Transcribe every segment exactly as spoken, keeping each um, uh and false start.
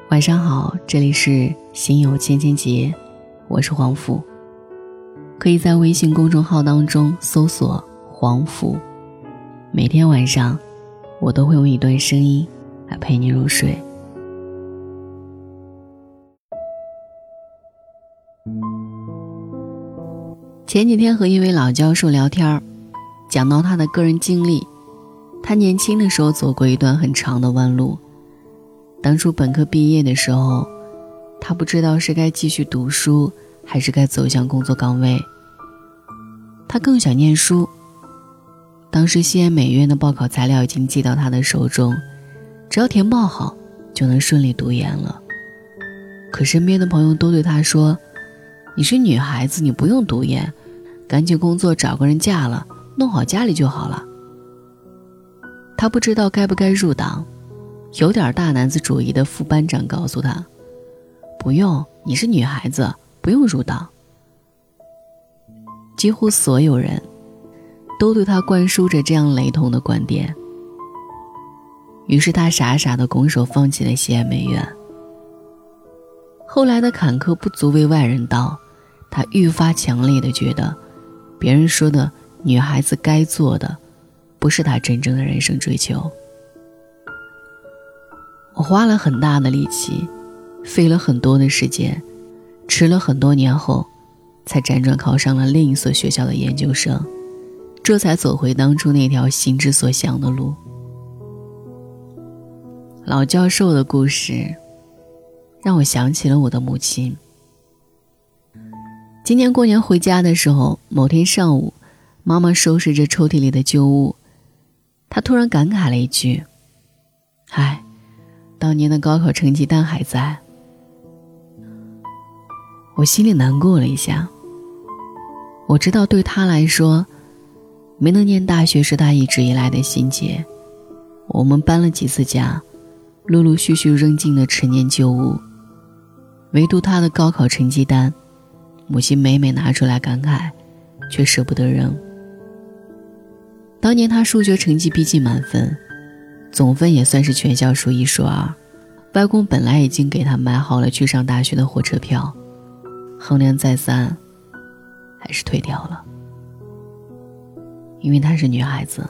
晚上好，这里是心有千千结，我是黄甫。可以在微信公众号当中搜索黄甫，每天晚上我都会用一段声音来陪你入睡。前几天和一位老教授聊天，讲到他的个人经历，他年轻的时候走过一段很长的弯路。当初本科毕业的时候，他不知道是该继续读书还是该走向工作岗位。他更想念书。当时西安美院的报考材料已经寄到他的手中，只要填报好就能顺利读研了。可身边的朋友都对他说，你是女孩子，你不用读研，赶紧工作找个人嫁了，弄好家里就好了。他不知道该不该入党，有点大男子主义的副班长告诉他，不用，你是女孩子，不用入党。几乎所有人都对他灌输着这样雷同的观点，于是他傻傻地拱手放弃了西安美院。后来的坎坷不足为外人道，他愈发强烈地觉得，别人说的女孩子该做的，不是他真正的人生追求。我花了很大的力气，费了很多的时间，迟了很多年后，才辗转考上了另一所学校的研究生，这才走回当初那条心之所向的路。老教授的故事让我想起了我的母亲。今年过年回家的时候，某天上午，妈妈收拾着抽屉里的旧物，她突然感慨了一句，唉，当年的高考成绩单还在。我心里难过了一下，我知道对他来说，没能念大学是他一直以来的心结。我们搬了几次家，陆陆续续扔进了陈年旧物，唯独他的高考成绩单，母亲每每拿出来感慨，却舍不得扔。当年他数学成绩逼近满分，总分也算是全校数一数二，外公本来已经给他买好了去上大学的火车票，衡量再三，还是退掉了。因为她是女孩子。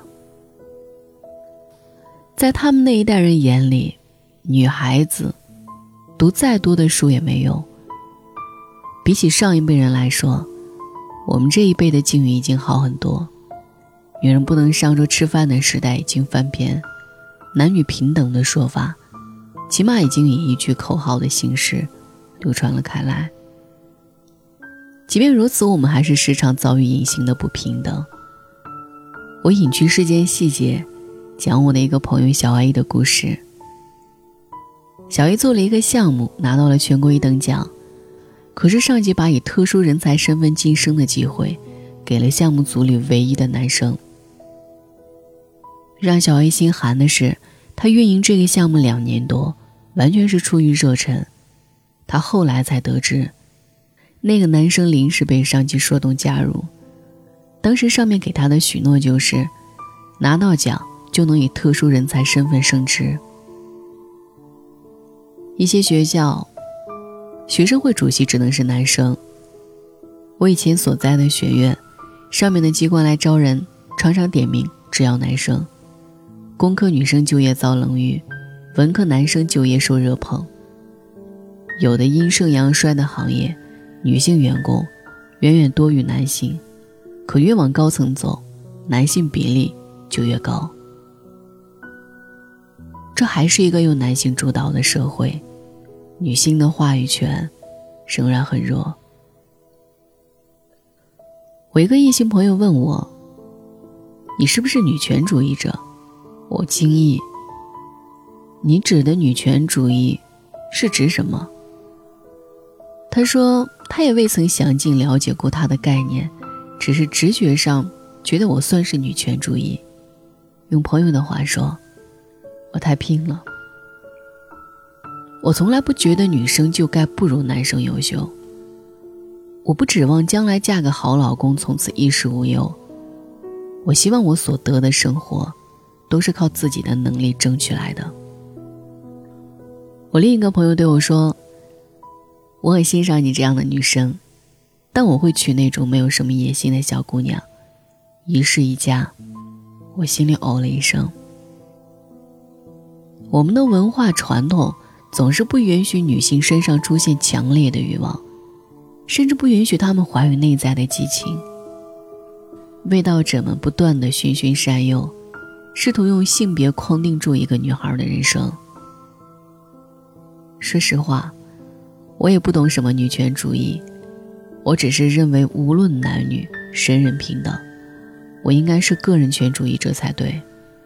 在他们那一代人眼里，女孩子读再多的书也没用。比起上一辈人来说，我们这一辈的境遇已经好很多。女人不能上桌吃饭的时代已经翻篇，男女平等的说法起码已经以一句口号的形式流传了开来。即便如此，我们还是时常遭遇隐形的不平等。我隐去事件细节，讲我的一个朋友小 A 的故事。小 A 做了一个项目，拿到了全国一等奖，可是上级把以特殊人才身份晋升的机会给了项目组里唯一的男生。让小 A 心寒的是，他运营这个项目两年多，完全是出于热忱。他后来才得知，那个男生临时被上级说动加入，当时上面给他的许诺就是拿到奖就能以特殊人才身份升职。一些学校学生会主席只能是男生，我以前所在的学院上面的机关来招人，常常点名只要男生。工科女生就业遭冷遇，文科男生就业受热捧。有的阴盛阳衰的行业，女性员工远远多于男性，可越往高层走，男性比例就越高。这还是一个由男性主导的社会，女性的话语权仍然很弱。我一个异性朋友问我，你是不是女权主义者？我惊异，你指的女权主义是指什么？他说他也未曾详尽了解过它的概念，只是直觉上觉得我算是女权主义。用朋友的话说，我太拼了。我从来不觉得女生就该不如男生优秀，我不指望将来嫁个好老公从此衣食无忧，我希望我所得的生活都是靠自己的能力争取来的。我我另一个朋友对我说，我很欣赏你这样的女生，但我会娶那种没有什么野心的小姑娘，一世一家。我心里哦了一声。我们的文化传统总是不允许女性身上出现强烈的欲望，甚至不允许她们怀有内在的激情。卫道者们不断地循循善诱，试图用性别框定住一个女孩的人生。说实话，我也不懂什么女权主义，我只是认为无论男女，人人平等，我应该是个人权主义者才对。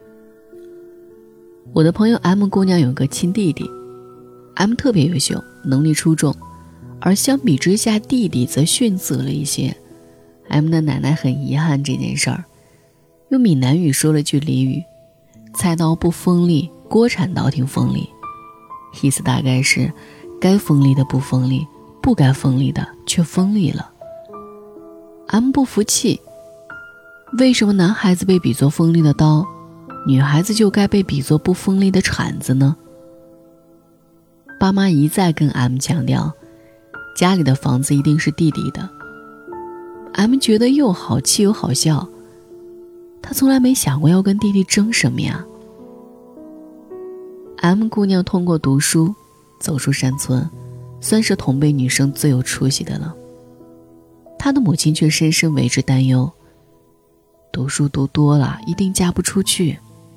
我的朋友 M 姑娘有个亲弟弟， M 特别优秀，能力出众，而相比之下弟弟则逊色了一些。 M 的奶奶很遗憾这件事儿，用闽南语说了句俚语，菜刀不锋利，锅铲倒挺锋利，意思大概是该锋利的不锋利，不该锋利的却锋利了。 M 不服气，为什么男孩子被比作锋利的刀，女孩子就该被比作不锋利的铲子呢？爸妈一再跟 M 强调，家里的房子一定是弟弟的。 M 觉得又好气又好笑，她从来没想过要跟弟弟争什么呀。 M 姑娘通过读书走出山村，算是同辈女生最有出息的了。她的母亲却深深为之担忧，读书读多了一定嫁不出去。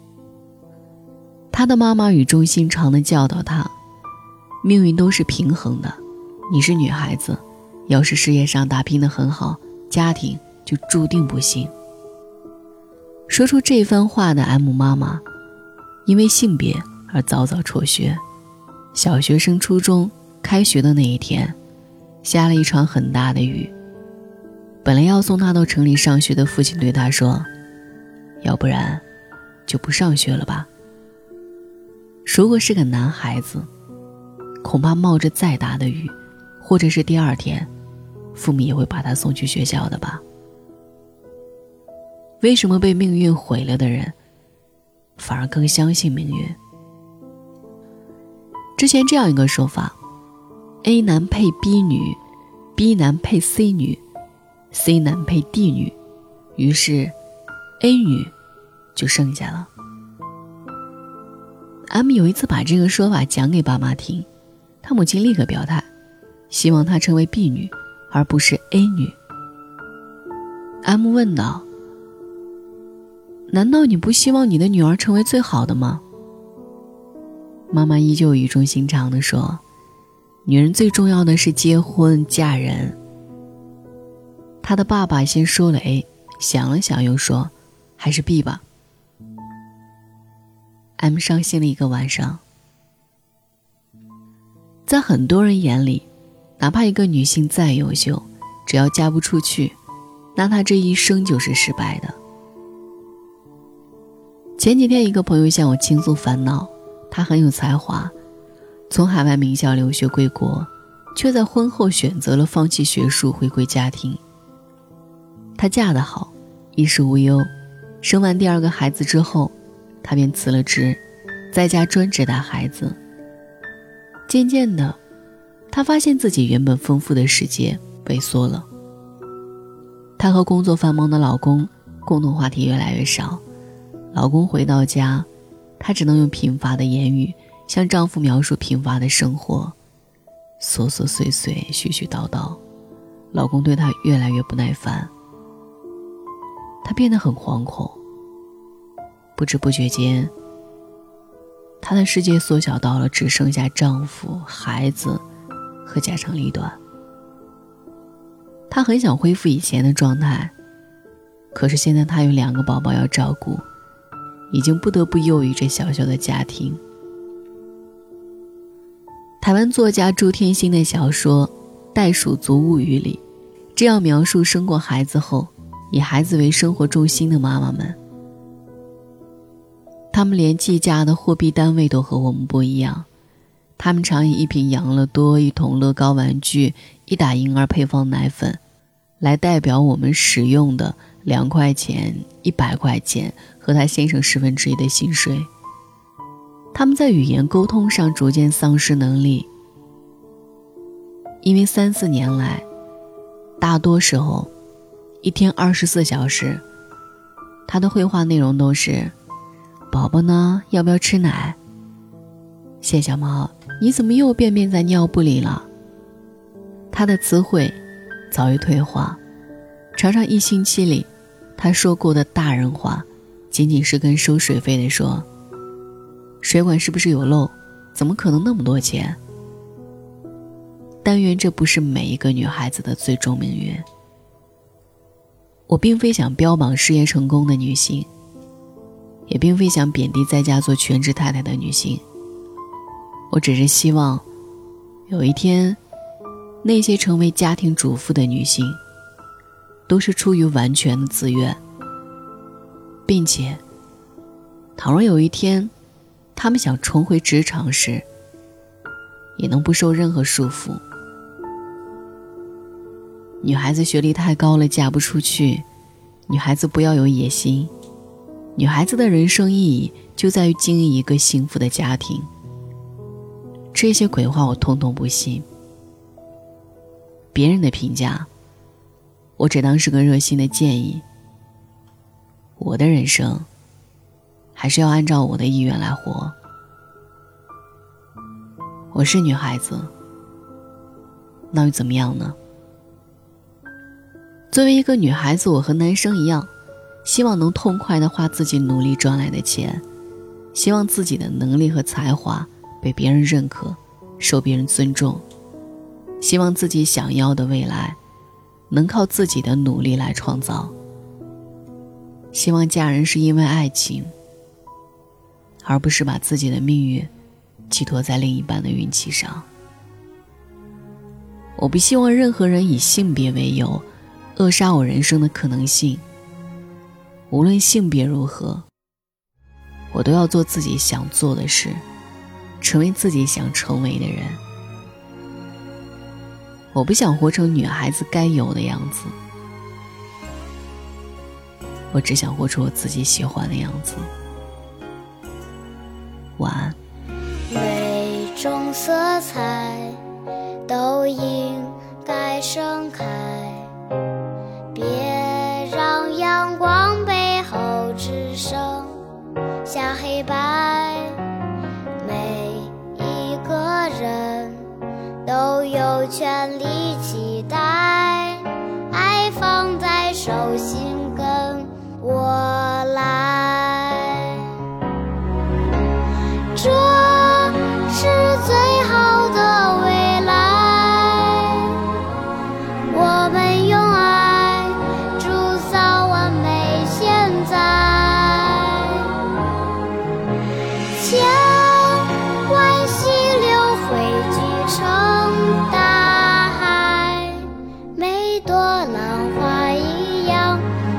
她的妈妈语重心长地教导她，命运都是平衡的，你是女孩子，要是事业上打拼得很好，家庭就注定不幸。说出这番话的 M 妈妈因为性别而早早辍学，小学升初中，开学的那一天下了一场很大的雨。本来要送她到城里上学的父亲对她说，要不然就不上学了吧。如果是个男孩子，恐怕冒着再大的雨，或者是第二天父母也会把他送去学校的吧。为什么被命运毁了的人反而更相信命运？之前这样一个说法， A 男配 B 女， B 男配 C 女， C 男配 D 女，于是 A 女就剩下了。 M 有一次把这个说法讲给爸妈听，他母亲立刻表态，希望她成为 B 女而不是 A 女。 M 问道，难道你不希望你的女儿成为最好的吗？妈妈依旧语重心长地说，女人最重要的是结婚嫁人。她的爸爸先说了 A， 想了想又说，还是 B 吧。 M 伤心了一个晚上。在很多人眼里，哪怕一个女性再优秀，只要嫁不出去，那她这一生就是失败的。前几天一个朋友向我倾诉烦恼，他很有才华，从海外名校留学归国，却在婚后选择了放弃学术，回归家庭。她嫁得好，衣食无忧，生完第二个孩子之后，她便辞了职，在家专职带孩子。渐渐的，她发现自己原本丰富的世界萎缩了。她和工作繁忙的老公共同话题越来越少，老公回到家，她只能用贫乏的言语向丈夫描述贫乏的生活，琐琐碎碎，絮絮叨叨，老公对她越来越不耐烦。她变得很惶恐，不知不觉间，她的世界缩小到了只剩下丈夫、孩子和家长里短。她很想恢复以前的状态，可是现在她有两个宝宝要照顾，已经不得不囿于这小小的家庭。台湾作家朱天心的小说《袋鼠族物语》里，这样描述生过孩子后以孩子为生活重心的妈妈们。他们连计价的货币单位都和我们不一样，他们常以一瓶养乐多、一桶乐高玩具、一打婴儿配方奶粉来代表我们使用的两块钱、一百块钱和他先生十分之一的薪水。 他们在语言沟通上逐渐丧失能力，因为三四年来，大多时候一天二十四小时，他的绘画内容都是宝宝呢，要不要吃奶？谢小猫，你怎么又便便在尿布里了？他的词汇早已退化，常常一星期里他说过的大人话仅仅是跟收水费的说，水管是不是有漏？怎么可能那么多钱？但愿这不是每一个女孩子的最终命运。我并非想标榜事业成功的女性，也并非想贬低在家做全职太太的女性，我只是希望有一天，那些成为家庭主妇的女性都是出于完全的自愿，并且倘若有一天她们想重回职场时，也能不受任何束缚。女孩子学历太高了嫁不出去，女孩子不要有野心，女孩子的人生意义就在于经营一个幸福的家庭。这些鬼话我通通不信，别人的评价我只当是个热心的建议，我的人生还是要按照我的意愿来活。我是女孩子，那又怎么样呢？作为一个女孩子，我和男生一样，希望能痛快地花自己努力赚来的钱，希望自己的能力和才华被别人认可，受别人尊重，希望自己想要的未来能靠自己的努力来创造，希望嫁人是因为爱情，而不是把自己的命运寄托在另一半的运气上。我不希望任何人以性别为由扼杀我人生的可能性，无论性别如何，我都要做自己想做的事，成为自己想成为的人。我不想活成女孩子该有的样子，我只想活出我自己喜欢的样子。晚安。 每种色彩都应该盛开，别让阳光背后只剩下黑白。每一个人都有权利期待，爱放在手心跟我来，这是最好的未来。我们用爱铸造完美现在，千万溪流汇聚成大海，每朵浪花一样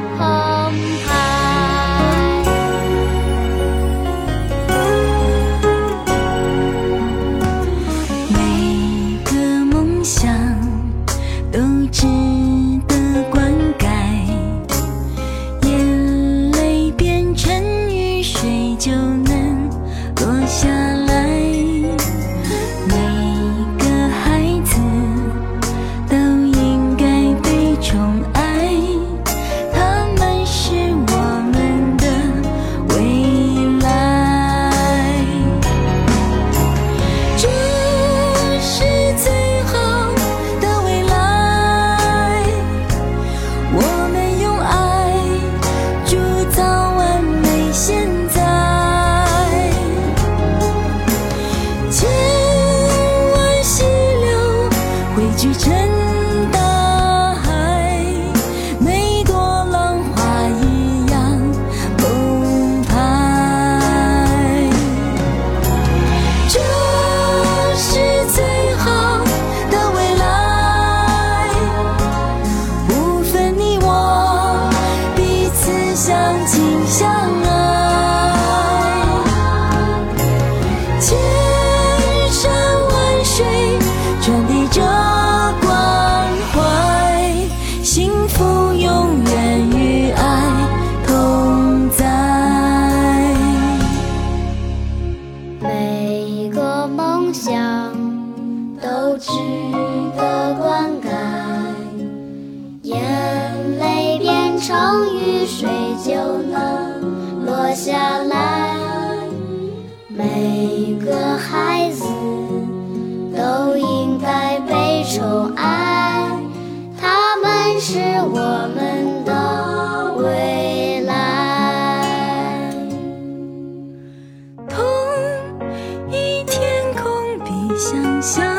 想都值得灌溉，眼泪变成雨水就能落下来。每个孩子都应该被宠爱，他们是我们的未来。 同一天空比想象